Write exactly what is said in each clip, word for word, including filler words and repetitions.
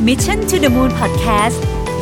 Mission to the Moon Podcast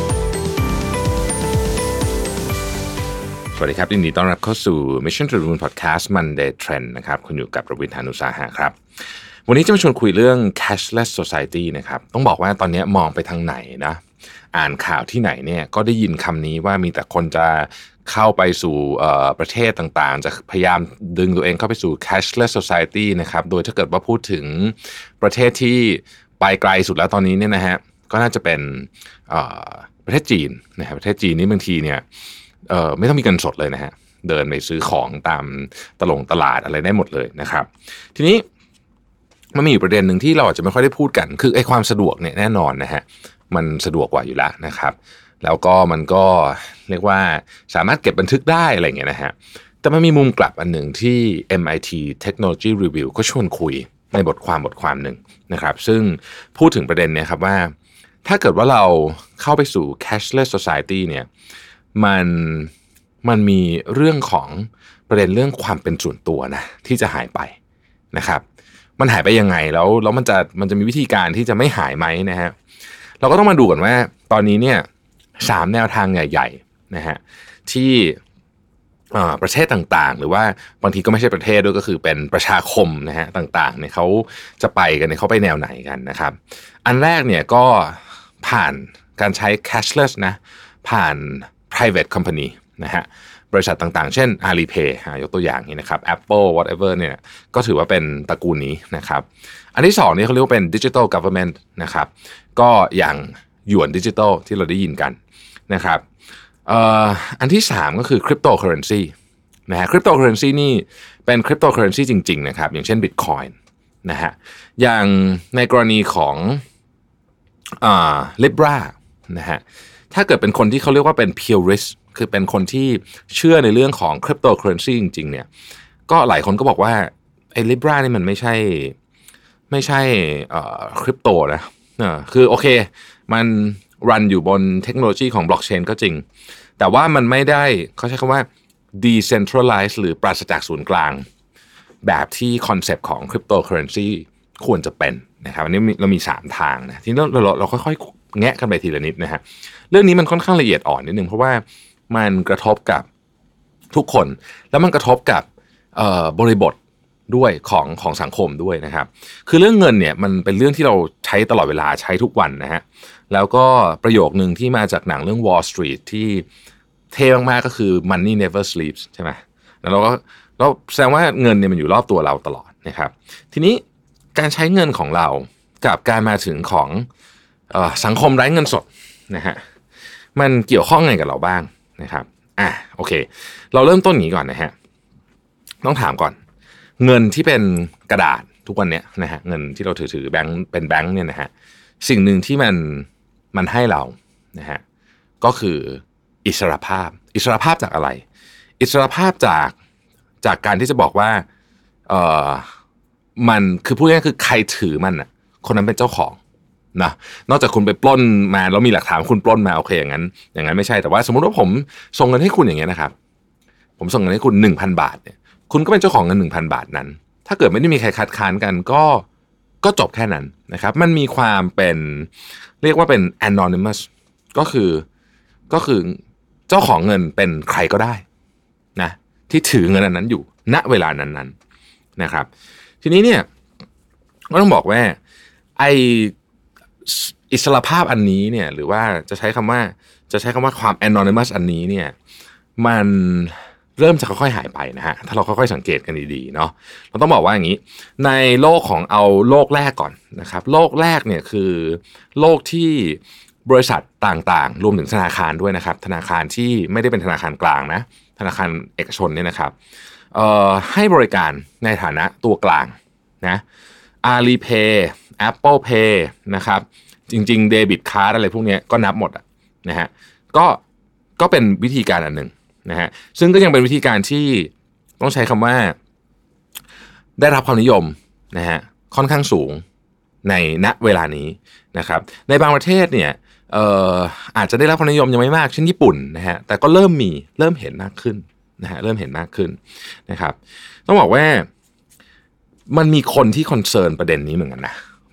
สวัสดีครับยินดีต้อนรับเข้าสู่ Mission to the Moon Podcast Monday Trend นะครับคุณอยู่กับรวิน หาญอุตสาหะครับวันนี้จะมาชวนคุยเรื่อง cashless society นะครับต้องบอกว่าตอนนี้มองไปทางไหนนะอ่านข่าวที่ไหนเนี่ยก็ได้ยินคำนี้ว่ามีแต่คนจะเข้าไปสู่ประเทศต่างๆจะพยายามดึงตัวเองเข้าไปสู่ cashless society นะครับโดยถ้าเกิดว่าพูดถึงประเทศที่ไปไกลสุดแล้วตอนนี้เนี่ยนะฮะก็น่าจะเป็นประเทศจีนนะครับประเทศจีนนี่บางทีเนี่ยเอ่อไม่ต้องมีเงินสดเลยนะฮะเดินไปซื้อของตามตลงตลาดอะไรได้หมดเลยนะครับทีนี้มันมีอยู่ประเด็นหนึ่งที่เราอาจจะไม่ค่อยได้พูดกันคือไอ้ความสะดวกเนี่ยแน่นอนนะฮะมันสะดวกกว่าอยู่แล้วนะครับแล้วก็มันก็เรียกว่าสามารถเก็บบันทึกได้อะไรเงี้ยนะฮะแต่มันมีมุมกลับอันหนึ่งที่ เอ็ม ไอ ที Technology Review ก็ชวนคุยในบทความบทความหนึ่งนะครับซึ่งพูดถึงประเด็นเนี่ยครับว่าถ้าเกิดว่าเราเข้าไปสู่ cashless society เนี่ยมันมันมีเรื่องของประเด็นเรื่องความเป็นส่วนตัวนะที่จะหายไปนะครับมันหายไปยังไงแล้วแล้วมันจะมันจะมีวิธีการที่จะไม่หายไหมนะฮะเราก็ต้องมาดูก่อนว่าตอนนี้เนี่ยสามแนวทางใหญ่ๆนะฮะที่ประเทศต่างๆหรือว่าบางทีก็ไม่ใช่ประเทศด้วยก็คือเป็นประชาคมนะฮะต่างๆเนี่ยเขาจะไปกันเนี่ยเขาไปแนวไหนกันนะครับอันแรกเนี่ยก็ผ่านการใช้ cashless นะผ่านprivate company นะฮะบริษัทต่างๆเช่น Alipay ยกตัวอย่างนี้นะครับ Apple whatever เนี่ยก็ถือว่าเป็นตระกูลนี้นะครับอันที่สองนี่เขาเรียกว่าเป็น digital government นะครับก็อย่างหยวนดิจิทัลที่เราได้ยินกันนะครับเอ่ออันที่สามก็คือ cryptocurrency นะฮะ cryptocurrency นี่เป็น cryptocurrency จริงๆนะครับอย่างเช่น Bitcoin นะฮะอย่างในกรณีของอ่า Libra นะฮะถ้าเกิดเป็นคนที่เขาเรียกว่าเป็น purist คือเป็นคนที่เชื่อในเรื่องของ cryptocurrency จริงๆเนี่ยก็หลายคนก็บอกว่าไอ้ Libra นี่มันไม่ใช่ไม่ใช่เอ่อคริปโตนะเออคือโอเคมันรันอยู่บนเทคโนโลยีของบล็อกเชนก็จริงแต่ว่ามันไม่ได้เขาใช้คำว่า decentralized หรือปราศจากศูนย์กลางแบบที่คอนเซปต์ของ cryptocurrency ควรจะเป็นนะครับอันนี้เรามีสามทางนะทีนี้เราเราเราค่อยๆแงะกันไปทีละนิดนะฮะเรื่องนี้มันค่อนข้างละเอียดอ่อนนิดนึงเพราะว่ามันกระทบกับทุกคนแล้วมันกระทบกับบริบทด้วยของของสังคมด้วยนะครับคือเรื่องเงินเนี่ยมันเป็นเรื่องที่เราใช้ตลอดเวลาใช้ทุกวันนะฮะแล้วก็ประโยคนึงที่มาจากหนังเรื่อง Wall Street ที่เท่มากๆก็คือ money never sleeps ใช่ไหมแล้วเราก็เราแสดงว่าเงินเนี่ยมันอยู่รอบตัวเราตลอดนะครับทีนี้การใช้เงินของเรากับการมาถึงของเอ่อสังคมไร้เงินสดนะฮะมันเกี่ยวข้องไงกับเราบ้างนะครับอ่ะโอเคเราเริ่มต้นอย่างนี้ก่อนนะฮะต้องถามก่อนเงินที่เป็นกระดาษทุกวันเนี้ยนะฮะเงินที่เราถือถือแบงค์เป็นแบงค์เนี่ยนะฮะสิ่งหนึ่งที่มันมันให้เรานะฮะก็คืออิสรภาพอิสรภาพจากอะไรอิสรภาพจากจากการที่จะบอกว่าเอ่อมันคือพูดง่ายๆคือใครถือมันอ่ะคนนั้นเป็นเจ้าของนะนอกจากคุณไปปล้นมาแล้วมีหลักฐานคุณปล้นมาโอเคอย่างนั้นอย่างนั้นไม่ใช่แต่ว่าสมมุติว่าผมส่งเงินให้คุณอย่างเงี้ยนะครับผมส่งเงินให้คุณ หนึ่งพัน บาทเนี่ยคุณก็เป็นเจ้าของเงิน หนึ่งพัน บาทนั้นถ้าเกิดไม่ได้มีใครคัดค้านกันก็ก็จบแค่นั้นนะครับมันมีความเป็นเรียกว่าเป็น anonymous ก็คือก็คือเจ้าของเงินเป็นใครก็ได้นะที่ถือเงินอันนั้นอยู่ณเวลานั้นๆ น, นะครับทีนี้เนี่ยก็ต้องบอกว่าไออิสรภาพอันนี้เนี่ยหรือว่าจะใช้คำว่าจะใช้คำว่าความ anonymous อันนี้เนี่ยมันเริ่มจะค่อยๆหายไปนะฮะถ้าเราค่อยๆสังเกตกันดีๆเนาะเราต้องบอกว่าอย่างนี้ในโลกของเอาโลกแรกก่อนนะครับโลกแรกเนี่ยคือโลกที่บริษัทต่างๆรวมถึงธนาคารด้วยนะครับธนาคารที่ไม่ได้เป็นธนาคารกลางนะธนาคารเอกชนเนี่ยนะครับเอ่อให้บริการในฐานะตัวกลางนะ Alipay Apple Pay นะครับจริงๆเดบิตการ์ดอะไรพวกนี้ก็นับหมดอ่ะนะฮะก็ก็เป็นวิธีการอันหนึ่งนะฮะซึ่งก็ยังเป็นวิธีการที่ต้องใช้คำว่าได้รับความนิยมนะฮะค่อนข้างสูงในณเวลานี้นะครับในบางประเทศเนี่ยเอ่ออาจจะได้รับความนิยมยังไม่มากเช่นญี่ปุ่นนะฮะแต่ก็เริ่มมีเริ่มเห็นมากขึ้นนะฮะเริ่มเห็นมากขึ้นนะครับต้องบอกว่ามันมีคนที่คอนเซิร์นประเด็นนี้เหมือนกันนะ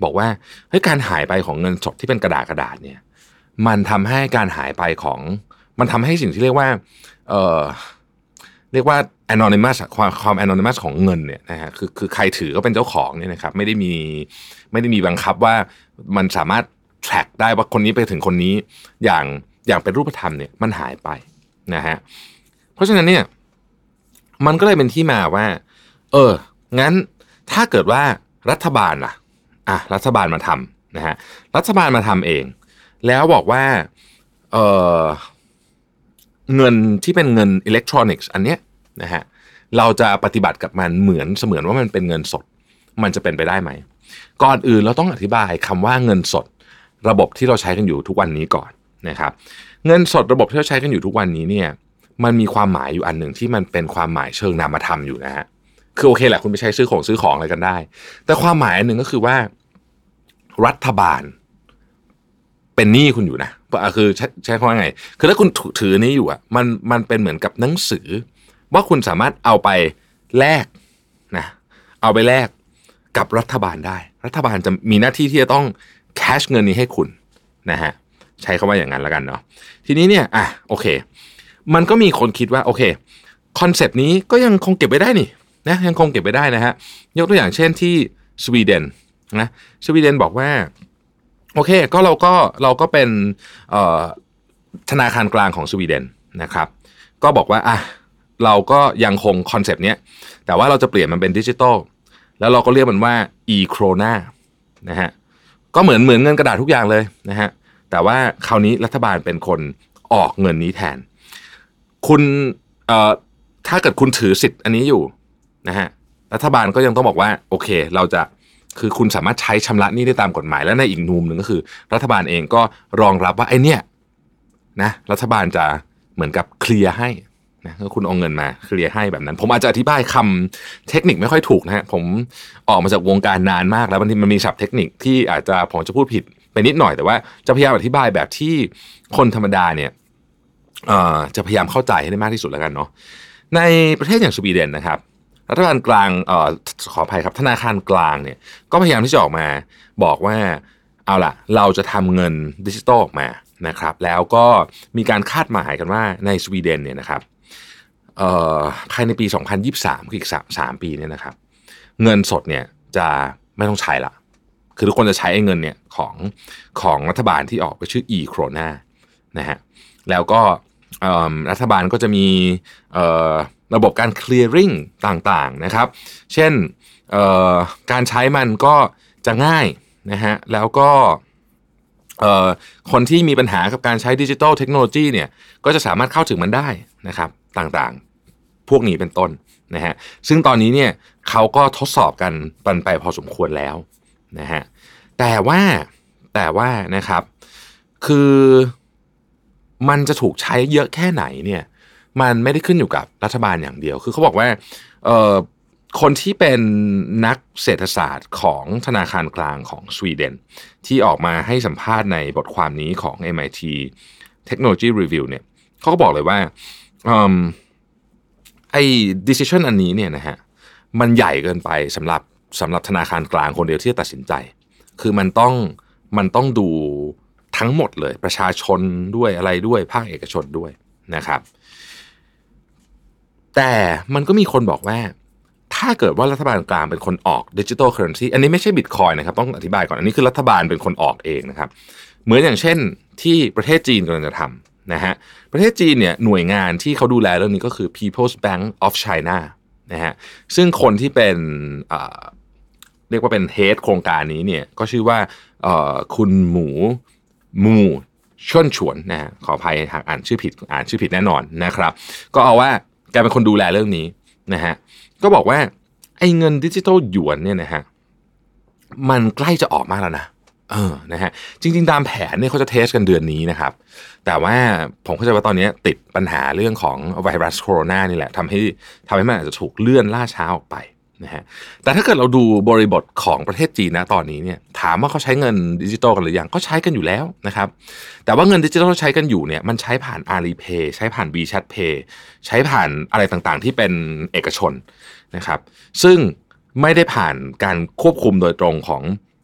บอกว่าเฮ้ยการหายไปของเงินสดที่เป็นกระดาษกระดาษเนี่ยมันทำให้การหายไปของมันทำให้สิ่งที่เรียกว่าเอ่อเรียกว่า anonymous ความความ anonymous ของเงินเนี่ยนะฮะคือคือใครถือก็เป็นเจ้าของเนี่ยนะครับไม่ได้มีไม่ได้มีบังคับว่ามันสามารถ track ได้ว่าคนนี้ไปถึงคนนี้อย่างอย่างเป็นรูปธรรมเนี่ยมันหายไปนะฮะเพราะฉะนั้นเนี่ยมันก็เลยเป็นที่มาว่าเอองั้นถ้าเกิดว่ารัฐบาลล่ะอ่ะรัฐบาลมาทำนะฮะรัฐบาลมาทำเองแล้วบอกว่าเออเงินที่เป็นเงินอิเล็กทรอนิกส์อันเนี้ยนะฮะเราจะปฏิบัติกับมันเหมือนเสมือนว่ามันเป็นเงินสดมันจะเป็นไปได้ไหมก่อนอื่นเราต้องอธิบายคำว่าเงินสดระบบที่เราใช้กันอยู่ทุกวันนี้ก่อนนะครับเงินสดระบบที่เราใช้กันอยู่ทุกวันนี้เนี่ยมันมีความหมายอยู่อันหนึ่งที่มันเป็นความหมายเชิงนามธรรมอยู่นะฮะคือโอเคแหละคุณไปใช้ซื้อของซื้อของอะไรกันได้แต่ความหมายอันหนึ่งก็คือว่ารัฐบาลเป็นหนี้คุณอยู่นะคือใช้ใช้คำว่าไงคือถ้าคุณถือนี้อยู่อ่ะมันมันเป็นเหมือนกับหนังสือว่าคุณสามารถเอาไปแลกนะเอาไปแลกกับรัฐบาลได้รัฐบาลจะมีหน้าที่ที่จะต้องแคชเงินนี้ให้คุณนะฮะใช้คำว่าอย่างนั้นแล้วกันเนาะทีนี้เนี่ยอ่ะโอเคมันก็มีคนคิดว่าโอเคคอนเซปต์นี้ก็ยังคงเก็บไว้ได้นี่นะยังคงเก็บไว้ได้นะฮะยกตัวอย่างเช่นที่สวีเดนนะสวีเดนบอกว่าโอเคก็เราก็เราก็เป็นธนาคารกลางของสวีเดนนะครับก็บอกว่าอ่ะเราก็ยังคงคอนเซปต์นี้แต่ว่าเราจะเปลี่ยนมันเป็นดิจิทัลแล้วเราก็เรียกมันว่า e-krona นะฮะก็เหมือนเหมือนเงินกระดาษทุกอย่างเลยนะฮะแต่ว่าคราวนี้รัฐบาลเป็นคนออกเงินนี้แทนคุณเอ่อถ้าเกิดคุณถือสิทธิ์อันนี้อยู่นะฮะรัฐบาลก็ยังต้องบอกว่าโอเคเราจะคือคุณสามารถใช้ชำระหนี้ได้ตามกฎหมายและในอีกมุมหนึ่งก็คือรัฐบาลเองก็รองรับว่าไอ้เนี่ยนะรัฐบาลจะเหมือนกับเคลียร์ให้นะก็คุณเอาเงินมาเคลียร์ให้แบบนั้นผมอาจจะอธิบายคำเทคนิคไม่ค่อยถูกนะฮะผมออกมาจากวงการนานมากแล้วบางทีมันมีศัพท์เทคนิคที่อาจจะผมจะพูดผิดไปนิดหน่อยแต่ว่าจะพยายามอธิบายแบบที่คนธรรมดาเนี่ยเอ่อจะพยายามเข้าใจให้ได้มากที่สุดแล้วกันเนาะในประเทศอย่างสวีเดนนะครับรัฐบาลกลางเอ่อขออภัยครับธนาคารกลางเนี่ยก็พยายามที่จะออกมาบอกว่าเอาล่ะเราจะทำเงินดิจิทัลออกมานะครับแล้วก็มีการคาดหมายกันว่าในสวีเดนเนี่ยนะครับเอ่อภายในปีสองพันยี่สิบสามคืออีกสามปีเนี่ยนะครับเงินสดเนี่ยจะไม่ต้องใช้ละคือทุกคนจะใช้เงินเนี่ยของของรัฐบาลที่ออกไปชื่อ e-krona นะฮะแล้วก็รัฐบาลก็จะมีระบบการ clearing ต่างๆนะครับเช่นการใช้มันก็จะง่ายนะฮะแล้วก็คนที่มีปัญหากับการใช้ดิจิทัลเทคโนโลยีเนี่ยก็จะสามารถเข้าถึงมันได้นะครับต่างๆพวกนี้เป็นต้นนะฮะซึ่งตอนนี้เนี่ยเขาก็ทดสอบกันปันไปพอสมควรแล้วนะฮะแต่ว่าแต่ว่านะครับคือมันจะถูกใช้เยอะแค่ไหนเนี่ยมันไม่ได้ขึ้นอยู่กับรัฐบาลอย่างเดียวคือเขาบอกว่าเอ่อคนที่เป็นนักเศรษฐศาสตร์ของธนาคารกลางของสวีเดนที่ออกมาให้สัมภาษณ์ในบทความนี้ของ เอ็ม ไอ ที Technology Review เนี่ยเขาก็บอกเลยว่าอืมไอ้ decision อันนี้เนี่ยนะฮะมันใหญ่เกินไปสำหรับสำหรับธนาคารกลางคนเดียวที่จะตัดสินใจคือมันต้องมันต้องดูทั้งหมดเลยประชาชนด้วยอะไรด้วยภาคเอกชนด้วยนะครับแต่มันก็มีคนบอกว่าถ้าเกิดว่ารัฐบาลกลางเป็นคนออกดิจิทัลเคอเรนซีอันนี้ไม่ใช่บิตคอยน์นะครับต้องอธิบายก่อนอันนี้คือรัฐบาลเป็นคนออกเองนะครับเหมือนอย่างเช่นที่ประเทศจีนกำลังจะทำนะฮะประเทศจีนเนี่ยหน่วยงานที่เขาดูแลเรื่องนี้ก็คือ People's Bank of China นะฮะซึ่งคนที่เป็นเรียกว่าเป็นเฮดโครงการนี้เนี่ยก็ชื่อว่าคุณหมูมูช่วนฉวนนะฮะขออภัยหากอ่านชื่อผิดอ่านชื่อผิดแน่นอนนะครับก็เอาว่าแกเป็นคนดูแลเรื่องนี้นะฮะก็บอกว่าไอ้เงินดิจิทัลหยวนเนี่ยนะฮะมันใกล้จะออกมากแล้วนะเออนะฮะจริงๆตามแผนเนี่ยเขาจะเทสกันเดือนนี้นะครับแต่ว่าผมเข้าใจว่าตอนนี้ติดปัญหาเรื่องของไวรัสโคโรนานี่แหละทำให้ทำให้มันอาจจะถูกเลื่อนล่าช้าออกไปนะฮะแต่ถ้าเกิดเราดูบริบทของประเทศจีนนะตอนนี้เนี่ยถามว่าเขาใช้เงินดิจิทัลกันหรือยังก็ใช้กันอยู่แล้วนะครับแต่ว่าเงินดิจิทัลใช้กันอยู่เนี่ยมันใช้ผ่าน Alipay ใช้ผ่าน WeChat Pay ใช้ผ่านอะไรต่างๆที่เป็นเอกชนนะครับซึ่งไม่ได้ผ่านการควบคุมโดยตรงของ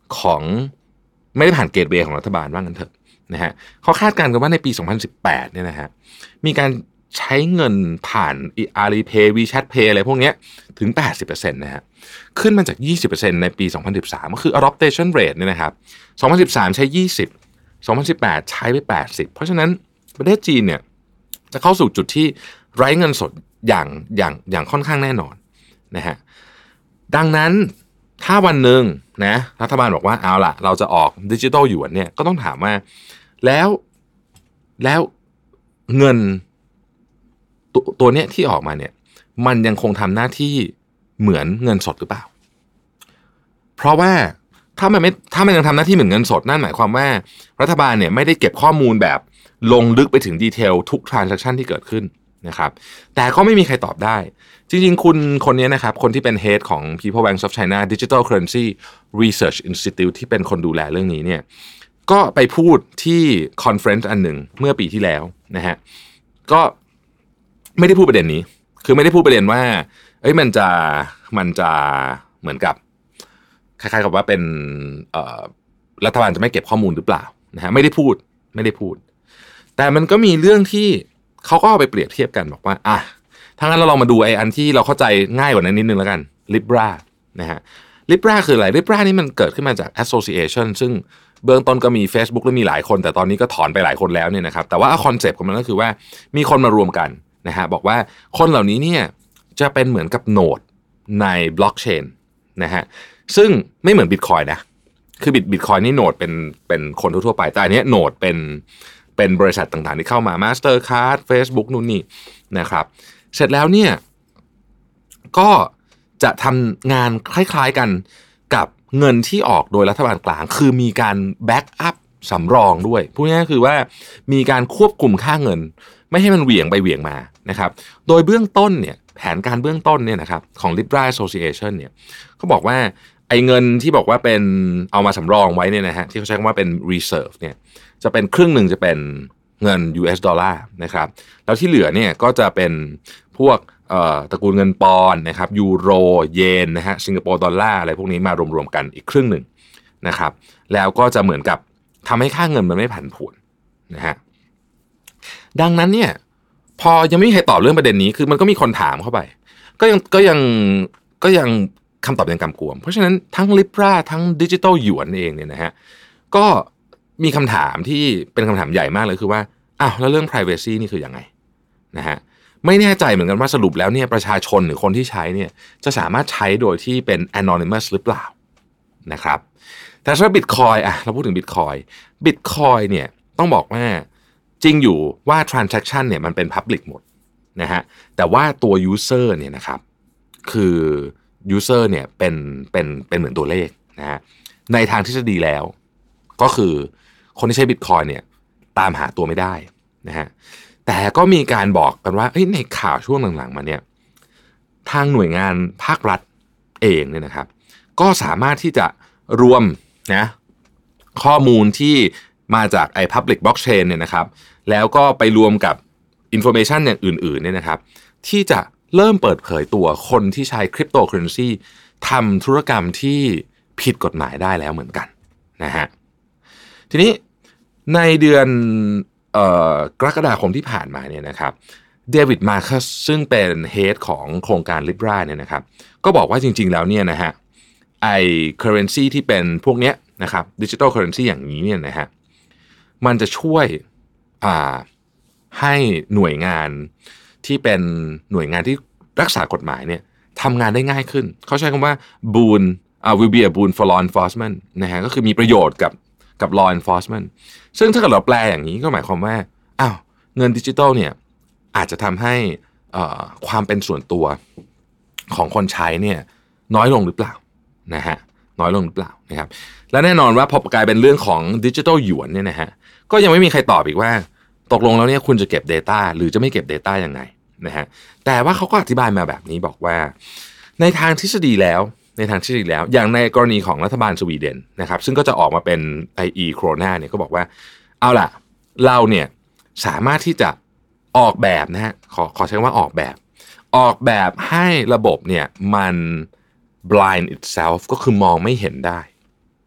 ของไม่ได้ผ่านเกตเวย์ของรัฐบาลว่างั้นเถอะนะฮะเขาคาดการณ์กันว่าในปีสองพันสิบแปดเนี่ยนะฮะมีการใช้เงินผ่าน Alipay WeChat Pay อะไรพวกนี้ถึง แปดสิบเปอร์เซ็นต์ นะฮะขึ้นมาจาก ยี่สิบเปอร์เซ็นต์ ในปี สองพันสิบสาม ก็คือ adoption rate เนี่ยนะครับ สองพันสิบสาม ใช้ ยี่สิบ สองพันสิบแปด ใช้ไป แปดสิบ เพราะฉะนั้นประเทศจีนเนี่ยจะเข้าสู่จุดที่ไร้เงินสดอย่างอย่างอย่างค่อนข้างแน่นอนนะฮะดังนั้นถ้าวันหนึ่งนะรัฐบาลบอกว่าเอาล่ะเราจะออกดิจิทัลหยวนเนี่ยก็ต้องถามว่าแล้วแล้วเงินตัวตัวเนี้ยที่ออกมาเนี่ยมันยังคงทำหน้าที่เหมือนเงินสดหรือเปล่าเพราะว่าถ้ามันไม่ถ้ามันยังทำหน้าที่เหมือนเงินสดนั่นหมายความว่ารัฐบาลเนี่ยไม่ได้เก็บข้อมูลแบบลงลึกไปถึงดีเทลทุก transaction ที่เกิดขึ้นนะครับแต่ก็ไม่มีใครตอบได้จริงๆคุณคนนี้นะครับคนที่เป็น head ของ People Bank of China Digital Currency Research Institute ที่เป็นคนดูแลเรื่องนี้เนี่ยก็ไปพูดที่คอนเฟรนซ์อันหนึ่งเมื่อปีที่แล้วนะฮะก็ไม่ได้พูดประเด็นนี้คือไม่ได้พูดประเด็นว่าเอ้ยมันจะมันจะเหมือนกับคล้ายๆกับว่าเป็นรัฐบาลจะไม่เก็บข้อมูลหรือเปล่านะฮะไม่ได้พูดไม่ได้พูดแต่มันก็มีเรื่องที่เขาก็เอาไปเปรียบเทียบกันบอกว่าอ่ะถ้างั้นเราลองมาดูไอ้อันที่เราเข้าใจง่ายกว่านั้นนิดนึงแล้วกัน Libra นะฮะ Libra คืออะไร Libra นี่มันเกิดขึ้นมาจาก Association ซึ่งเบื้องต้นก็มี Facebook และมีหลายคนแต่ตอนนี้ก็ถอนไปหลายคนแล้วเนี่ยนะครับแต่ว่าคอนเซปต์ของมันก็คือว่ามีคนมารวมกันนะฮะบอกว่าคนเหล่านี้เนี่ยจะเป็นเหมือนกับโนดในบล็อกเชนนะฮะซึ่งไม่เหมือน Bitcoin นะคือ Bitcoin นี่โนดเป็นเป็นคนทั่วๆไปแต่อันนี้โนดเป็นเป็นบริษัทต่างๆที่เข้ามา Mastercard Facebook นู่นนี่นะครับเสร็จแล้วเนี่ยก็จะทำงานคล้ายๆกันกับเงินที่ออกโดยรัฐบาลกลางคือมีการแบ็กอัพสำรองด้วยพูดง่ายๆคือว่ามีการควบคุมค่าเงินไม่ให้มันเหวี่ยงไปเหวี่ยงมานะครับโดยเบื้องต้นเนี่ยแผนการเบื้องต้นเนี่ยนะครับของ Libra Association เนี่ยเขาบอกว่าไอ้เงินที่บอกว่าเป็นเอามาสำรองไว้เนี่ยนะฮะที่เขาใช้คำว่าเป็น reserve เนี่ยจะเป็นครึ่งหนึ่งจะเป็นเงิน ยู เอส ดอลลาร์นะครับแล้วที่เหลือเนี่ยก็จะเป็นพวกเอ่อตระกูลเงินปอนด์นะครับยูโรเยนนะฮะสิงคโปร์ดอลลาร์อะไรพวกนี้มารวมๆกันอีกครึ่งหนึ่งนะครับแล้วก็จะเหมือนกับทำให้ค่าเงินมันไม่ผันผวนนะฮะดังนั้นเนี่ยพอยังไม่มีใครตอบเรื่องประเด็นนี้คือมันก็มีคนถามเข้าไปก็ยังก็ยังก็ยังคำตอบยังกำกวมเพราะฉะนั้นทั้ง Libra ทั้ง Digital หยวนเองเนี่ยนะฮะก็มีคำถามที่เป็นคำถามใหญ่มากเลยคือว่าอ้าวแล้วเรื่อง privacy นี่คือยังไงนะฮะไม่แน่ใจเหมือนกันว่าสรุปแล้วเนี่ยประชาชนหรือคนที่ใช้เนี่ยจะสามารถใช้โดยที่เป็น anonymous หรือเปล่านะครับแต่สำหรับ Bitcoin อ่ะเราพูดถึง Bitcoin Bitcoin เนี่ยต้องบอกว่าจริงอยู่ว่า transaction เนี่ยมันเป็น public หมดนะฮะแต่ว่าตัว user เนี่ยนะครับคือ user เนี่ยเป็นเป็นเป็นเหมือนตัวเลขนะฮะในทางทฤษฎีแล้วก็คือคนที่ใช้ Bitcoin เนี่ยตามหาตัวไม่ได้นะฮะแต่ก็มีการบอกกันว่าในข่าวช่วงหลังๆมาเนี่ยทางหน่วยงานภาครัฐเองเนี่ยนะครับก็สามารถที่จะรวมนะข้อมูลที่มาจากไอ้ public blockchain เนี่ยนะครับแล้วก็ไปรวมกับ information อย่างอื่นๆเนี่ยนะครับที่จะเริ่มเปิดเผยตัวคนที่ใช้ cryptocurrency ทำธุรกรรมที่ผิดกฎหมายได้แล้วเหมือนกันนะฮะทีนี้ในเดือนเอ่อกรกฎาคมที่ผ่านมาเนี่ยนะครับเดวิดมาร์คัสซึ่งเป็นเฮดของโครงการ Libra เนี่ยนะครับก็บอกว่าจริงๆแล้วเนี่ยนะฮะไอ้ currency ที่เป็นพวกเนี้ยนะครับ digital currency อย่างนี้เนี่ยนะฮะมันจะช่วยอ่าให้หน่วยงานที่เป็นหน่วยงานที่รักษากฎหมายเนี่ยทำงานได้ง่ายขึ้นเขาใช้คำว่า boon อ่า will be a boon for law enforcement นะฮะก็คือมีประโยชน์กับกับ law enforcement ซึ่งถ้าเกิดเราแปลอย่างนี้ก็หมายความว่าอ้าวเงินดิจิทัลเนี่ยอาจจะทำให้ความเป็นส่วนตัวของคนใช้เนี่ยน้อยลงหรือเปล่านะฮะน้อยลงหรือเปล่านะครับและแน่นอนว่าพอกลายเป็นเรื่องของดิจิทัลหยวนเนี่ยนะฮะก็ยังไม่มีใครตอบอีกว่าตกลงแล้วเนี่ยคุณจะเก็บ data หรือจะไม่เก็บ data ยังไงนะฮะแต่ว่าเขาก็อธิบายมาแบบนี้บอกว่าในทางทฤษฎีแล้วในทางทฤษฎีแล้วอย่างในกรณีของรัฐบาลสวีเดนนะครับซึ่งก็จะออกมาเป็น ไอ อี Krona เนี่ยก็บอกว่าเอาล่ะเราเนี่ยสามารถที่จะออกแบบนะฮะขอขอใช้ว่าออกแบบออกแบบให้ระบบเนี่ยมัน blind itself ก็คือมองไม่เห็นได้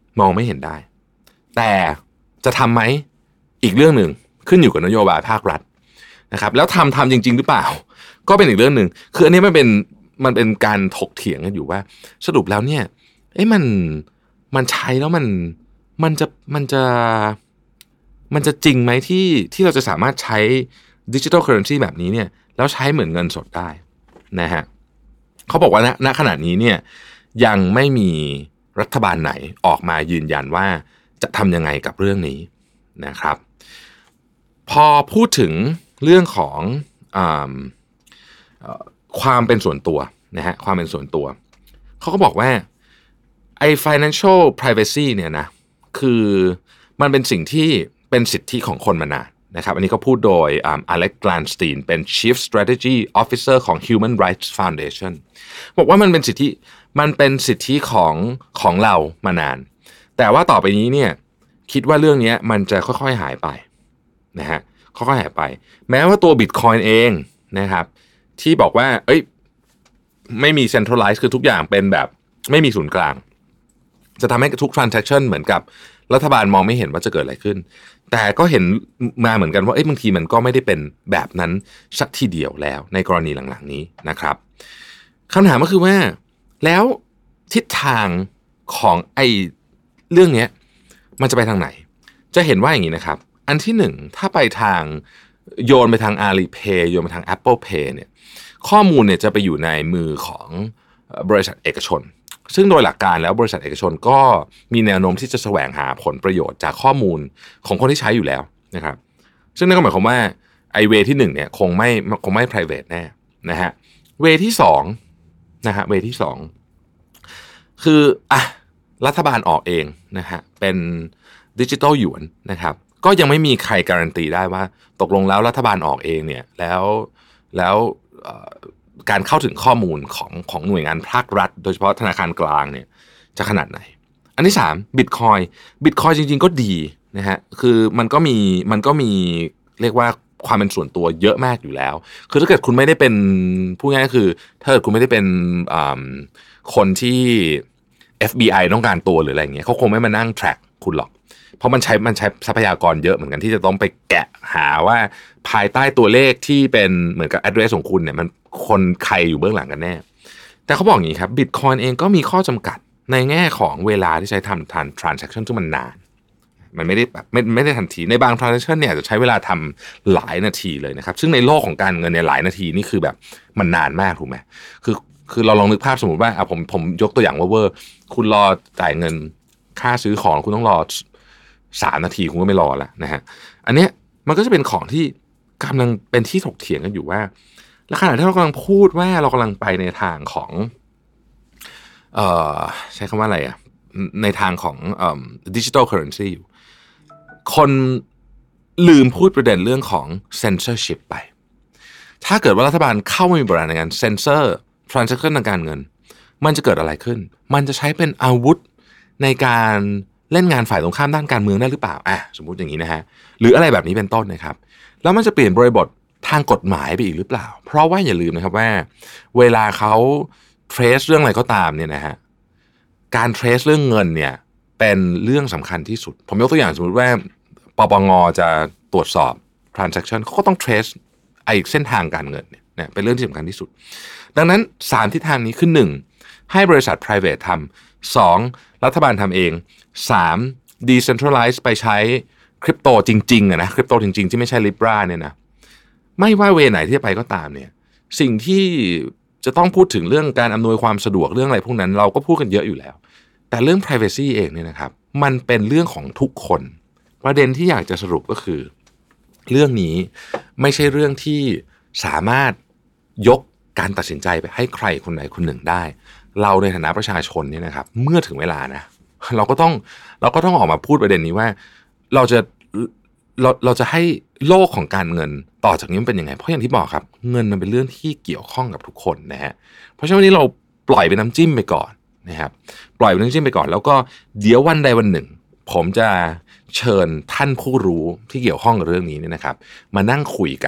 มองไม่เห็นได้แต่จะทำไหมอีกเรื่องหนึ่งขึ้นอยู่กับนโยบายภาครัฐนะครับแล้วทำทำจริงๆหรือเปล่าก็เป็นอีกเรื่องหนึ่งคืออันนี้มันเป็นมันเป็นการถกเถียงกันอยู่ว่าสรุปแล้วเนี่ยเอ๊ะมันมันใช้แล้วมันมันจะมันจะมันจะจริงไหมที่ที่เราจะสามารถใช้ดิจิทัลเคอเรนซีแบบนี้เนี่ยแล้วใช้เหมือนเงินสดได้นะฮะเขาบอกว่าณณขณะนี้เนี่ยยังไม่มีรัฐบาลไหนออกมายืนยันว่าจะทำยังไงกับเรื่องนี้นะครับพอพูดถึงเรื่องของอ่าความเป็นส่วนตัวนะฮะความเป็นส่วนตัวเขาก็บอกว่าไอ้ financial privacy เนี่ยนะคือมันเป็นสิ่งที่เป็นสิทธิของคนมานานนะครับอันนี้ก็พูดโดยอเล็กซ์ กลานสตีนเป็น Chief Strategy Officer ของ Human Rights Foundation บอกว่ามันเป็นสิทธิมันเป็นสิทธิของของเรามานานแต่ว่าต่อไปนี้เนี่ยคิดว่าเรื่องนี้มันจะค่อยๆหายไปนะฮะค่อยๆหายไปแม้ว่าตัว Bitcoin เองนะครับที่บอกว่าเอ้ยไม่มี centralized คือทุกอย่างเป็นแบบไม่มีศูนย์กลางจะทำให้ทุก transaction เหมือนกับรัฐบาลมองไม่เห็นว่าจะเกิดอะไรขึ้นแต่ก็เห็นมาเหมือนกันว่าเอ้ยบางทีมันก็ไม่ได้เป็นแบบนั้นสักทีเดียวแล้วในกรณีหลังๆนี้นะครับคำถามก็คือว่าแล้วทิศทางของไอ้เรื่องนี้มันจะไปทางไหนจะเห็นว่าอย่างนี้นะครับอันที่หนึ่งถ้าไปทางโยนไปทาง Alipay โยนไปทาง Apple Pay เนี่ยข้อมูลเนี่ยจะไปอยู่ในมือของบริษัทเอกชนซึ่งโดยหลักการแล้วบริษัทเอกชนก็มีแนวโน้มที่จะแสวงหาผลประโยชน์จากข้อมูลของคนที่ใช้อยู่แล้วนะครับซึ่งนั่นก็หมายความว่าไอ้เวที่หนึ่งเนี่ยคงไม่คงไม่ private แน่นะฮะเวที่สองนะฮะเวที่สองคืออ่ะรัฐบาลออกเองนะฮะเป็นดิจิทัลหยวนนะครับก็ยังไม่มีใครการันตีได้ว่าตกลงแล้วรัฐบาลออกเองเนี่ยแล้วแล้วการเข้าถึงข้อมูลของของหน่วยงานภาครัฐโดยเฉพาะธนาคารกลางเนี่ยจะขนาดไหนอันที่สาม Bitcoin Bitcoin จริงๆก็ดีนะฮะคือมันก็มีมันก็มีเรียกว่าความเป็นส่วนตัวเยอะมากอยู่แล้วคือถ้าเกิดคุณไม่ได้เป็นพูดง่ายๆคือถ้าเกิดคุณไม่ได้เป็นคนที่ เอฟ บี ไอ ต้องการตัวหรืออะไรเงี้ยเขาคงไม่มานั่ง track คุณหรอกเพราะมันใช้มันใช้ทรัพยากรเยอะเหมือนกันที่จะต้องไปแกะหาว่าภายใต้ตัวเลขที่เป็นเหมือนกับ address ของคุณเนี่ยมันคนใครอยู่เบื้องหลังกันแน่แต่เขาบอกอย่างนี้ครับ Bitcoin เองก็มีข้อจำกัดในแง่ของเวลาที่ใช้ทำทาน transaction ที่มันนานมันไม่ได้แบบไม่ไม่ได้ทันทีในบาง transaction เนี่ยจะใช้เวลาทำหลายนาทีเลยนะครับซึ่งในโลกของการเงินเนี่ยหลายนาทีนี่คือแบบมันนานมากถูกไหมคือคือเราลองนึกภาพสมมติว่าอ่ะผมผมยกตัวอย่างว่าเวอร์คุณรอจ่ายเงินค่าซื้อของคุณต้องรอสามนาทีคุณก็ไม่รอแล้วนะฮะอันเนี้ยมันก็จะเป็นของที่กำลังเป็นที่ถกเถียงกันอยู่ว่าและขณะที่เรากำลังพูดว่าเรากำลังไปในทางของเอ่อใช้คำว่าอะไรอ่ะในทางของเอ่อดิจิทัลเคอเรนซีอยู่คนลืมพูดประเด็นเรื่องของ censorship ไปถ้าเกิดว่ารัฐบาลเข้ามามีบทบาทในการเซ็นเซอร์ transaction ทางการเงินมันจะเกิดอะไรขึ้นมันจะใช้เป็นอาวุธในการเล่นงานฝ่ายตรงข้ามด้านการเมืองได้หรือเปล่าอ่ะสมมุติอย่างนี้นะฮะหรืออะไรแบบนี้เป็นต้นนะครับแล้วมันจะเปลี่ยนบริบททางกฎหมายไปอีกหรือเปล่าเพราะว่าอย่าลืมนะครับว่าเวลาเขาเทรสเรื่องอะไรก็ตามเนี่ยนะฮะการเทรสเรื่องเงินเนี่ยเป็นเรื่องสำคัญที่สุดผมยกตัวอย่างสมมติว่าปปงจะตรวจสอบ transaction เขาก็ต้องเทรสไอ้เส้นทางการเงินเนี่ยเป็นเรื่องที่สำคัญที่สุดดังนั้นสามทิศทางนี้คือหนึ่งให้บริษัท private ทำสองรัฐบาลทำเองสาม decentralize ไปใช้คริปโตจริงๆอะนะคริปโตจริงๆที่ไม่ใช่ Libra เนี่ยนะไม่ว่าเวไหนที่จะไปก็ตามเนี่ยสิ่งที่จะต้องพูดถึงเรื่องการอำนวยความสะดวกเรื่องอะไรพวกนั้นเราก็พูดกันเยอะอยู่แล้วแต่เรื่อง privacy เองเนี่ยนะครับมันเป็นเรื่องของทุกคนประเด็นที่อยากจะสรุปก็คือเรื่องนี้ไม่ใช่เรื่องที่สามารถยกการตัดสินใจไปให้ใครคนไหนคนหนึ่งได้เราในฐานะประชาชนเนี่ยนะครับเมื่อถึงเวลานะเราก็ต้องเราก็ต้องออกมาพูดประเด็นนี้ว่าเราจะเราเราจะให้โลกของการเงินต่อจากนี้มันเป็นยังไงเพราะอย่างที่บอกครับเงินมันเป็นเรื่องที่เกี่ยวข้องกับทุกคนนะฮะเพราะฉะนั้นวันนี้เราปล่อยเป็นน้ำจิ้มไปก่อนนะครับปล่อยเป็นน้ำจิ้มไปก่อนแล้วก็เดี๋ยววันใดวันหนึ่งผมจะเชิญท่านผู้รู้ที่เกี่ยวข้องกับเรื่องนี้เนี่ยนะครับมานั่งคุยกัน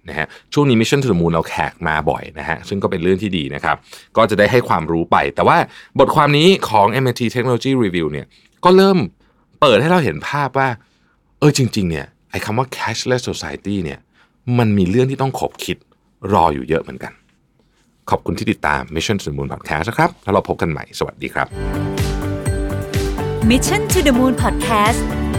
นะฮะช่วงนี้ Mission to the Moon เราแขกมาบ่อยนะฮะซึ่งก็เป็นเรื่องที่ดีนะครับก็จะได้ให้ความรู้ไปแต่ว่าบทความนี้ของ เอ็ม ไอ ที Technology Review เนี่ยก็เริ่มเปิดให้เราเห็นภาพว่าเออจริงๆเนี่ยไอ้คำว่า cashless society เนี่ยมันมีเรื่องที่ต้องขบคิดรออยู่เยอะเหมือนกันขอบคุณที่ติดตาม Mission to the Moon Podcast นะครับแล้วเราพบกันใหม่สวัสดีครับ Mission to the Moon Podcast